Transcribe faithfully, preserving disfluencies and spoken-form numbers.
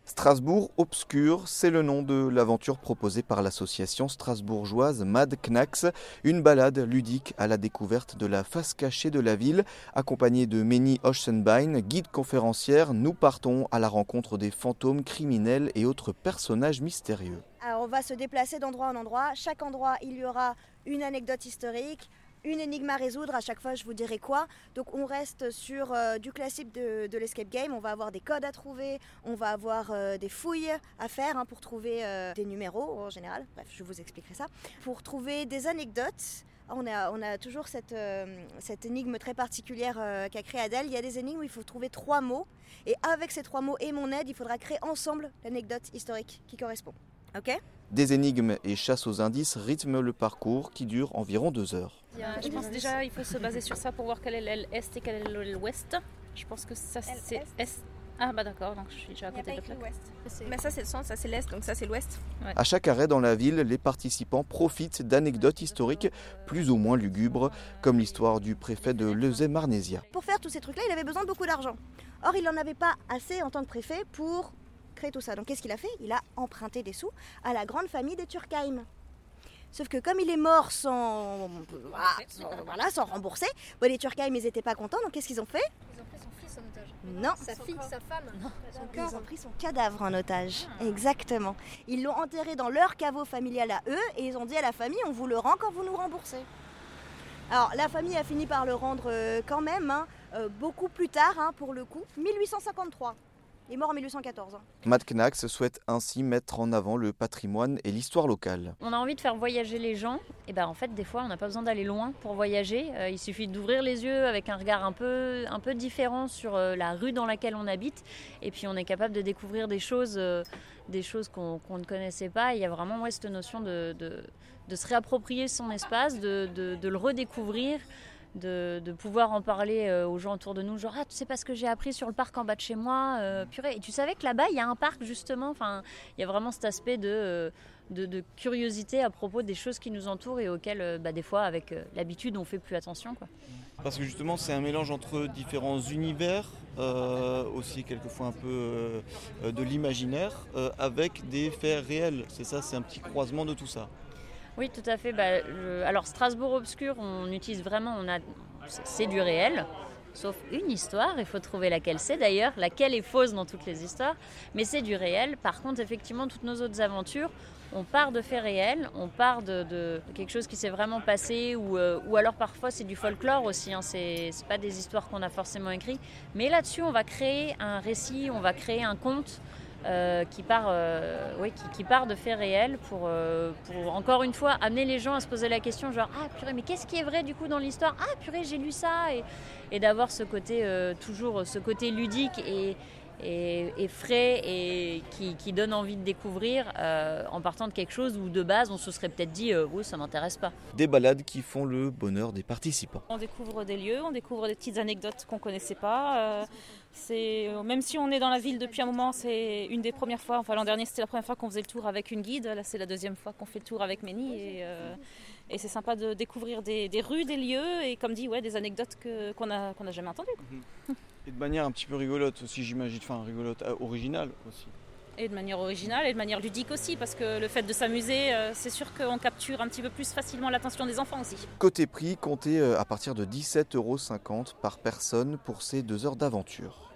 Strasbourg obscur, c'est le nom de l'aventure proposée par l'association strasbourgeoise Mad Knacks, une balade ludique à la découverte de la face cachée de la ville. Accompagnée de Ménie Ochsenbein, guide conférencière, nous partons à la rencontre des fantômes criminels et autres personnages mystérieux. Alors on va se déplacer d'endroit en endroit. Chaque endroit, il y aura une anecdote historique, une énigme à résoudre, à chaque fois je vous dirai quoi. Donc on reste sur euh, du classique de, de l'escape game, on va avoir des codes à trouver, on va avoir euh, des fouilles à faire hein, pour trouver euh, des numéros en général, bref je vous expliquerai ça. Pour trouver des anecdotes, on a, on a toujours cette, euh, cette énigme très particulière euh, qu'a créée Adèle. Il y a des énigmes où il faut trouver trois mots et avec ces trois mots et mon aide, il faudra créer ensemble l'anecdote historique qui correspond. Ok ? Des énigmes et chasse aux indices rythment le parcours qui dure environ deux heures. Je pense déjà qu'il faut se baser sur ça pour voir quel est l'aile est et quel est l'aile ouest. Je pense que ça c'est est. Ah bah d'accord, donc je suis déjà à côté de la plaque. Mais ça c'est le centre, ça c'est l'est, donc ça c'est l'ouest. Ouais. À chaque arrêt dans la ville, les participants profitent d'anecdotes historiques plus ou moins lugubres, comme l'histoire du préfet de Lezay-Marnésia. Pour faire tous ces trucs-là, il avait besoin de beaucoup d'argent. Or, il n'en avait pas assez en tant que préfet pour créer tout ça. Donc qu'est-ce qu'il a fait ? Il a emprunté des sous à la grande famille des Turckheim. Sauf que comme il est mort sans, voilà, sans, voilà, sans rembourser, bon, les Turckheim ils n'étaient pas contents, donc qu'est-ce qu'ils ont fait ? Ils ont pris son fils en otage. Non. Sa fille, sa femme, Non. son Ils corps. ont pris son cadavre en otage. Exactement. Ils l'ont enterré dans leur caveau familial à eux et ils ont dit à la famille on vous le rend quand vous nous remboursez. Alors la famille a fini par le rendre euh, quand même, hein, euh, beaucoup plus tard hein, pour le coup, mille huit cent cinquante-trois. Il est mort en mille huit cent quatorze. Hein. Mad Knacks souhaite ainsi mettre en avant le patrimoine et l'histoire locale. On a envie de faire voyager les gens, et ben en fait des fois on n'a pas besoin d'aller loin pour voyager. Euh, il suffit d'ouvrir les yeux avec un regard un peu, un peu différent sur euh, la rue dans laquelle on habite, et puis on est capable de découvrir des choses, euh, des choses qu'on, qu'on ne connaissait pas. Il y a vraiment ouais, cette notion de, de, de se réapproprier son espace, de, de, de le redécouvrir. De, de pouvoir en parler euh, aux gens autour de nous, genre ah tu sais pas ce que j'ai appris sur le parc en bas de chez moi, euh, purée, et tu savais que là-bas il y a un parc justement, enfin il y a vraiment cet aspect de, euh, de, de curiosité à propos des choses qui nous entourent et auxquelles euh, bah, des fois avec euh, l'habitude on fait plus attention quoi. Parce que justement c'est un mélange entre différents univers, euh, aussi quelquefois un peu euh, de l'imaginaire, euh, avec des faits réels, c'est ça, c'est un petit croisement de tout ça. Oui, tout à fait. Bah, je... Alors, Strasbourg obscur, on utilise vraiment, on a... c'est du réel, sauf une histoire, il faut trouver laquelle c'est d'ailleurs, laquelle est fausse dans toutes les histoires, mais c'est du réel. Par contre, effectivement, toutes nos autres aventures, on part de faits réels, on part de, de quelque chose qui s'est vraiment passé, ou, euh, ou alors parfois c'est du folklore aussi, hein, c'est, c'est pas des histoires qu'on a forcément écrites, mais là-dessus, on va créer un récit, on va créer un conte, Euh, qui, part, euh, oui, qui, qui part de faits réels pour, euh, pour, encore une fois, amener les gens à se poser la question, genre « Ah purée, mais qu'est-ce qui est vrai du coup dans l'histoire ? Ah purée, j'ai lu ça !» et, et d'avoir ce côté, euh, toujours ce côté ludique et, et, et frais et qui, qui donne envie de découvrir euh, en partant de quelque chose où de base on se serait peut-être dit euh, « Oui, ça m'intéresse pas ». Des balades qui font le bonheur des participants. On découvre des lieux, on découvre des petites anecdotes qu'on ne connaissait pas. Euh, c'est, même si on est dans la ville depuis un moment, c'est une des premières fois. Enfin, l'an dernier, c'était la première fois qu'on faisait le tour avec une guide. Là, c'est la deuxième fois qu'on fait le tour avec Ménie. Et, euh, et c'est sympa de découvrir des, des rues, des lieux et, comme dit, ouais, des anecdotes que, qu'on n'a qu'on a jamais entendues. Quoi. Et de manière un petit peu rigolote aussi, j'imagine, enfin rigolote, euh, originale aussi. Et de manière originale et de manière ludique aussi, parce que le fait de s'amuser, euh, c'est sûr qu'on capture un petit peu plus facilement l'attention des enfants aussi. Côté prix, comptez à partir de dix-sept euros cinquante par personne pour ces deux heures d'aventure.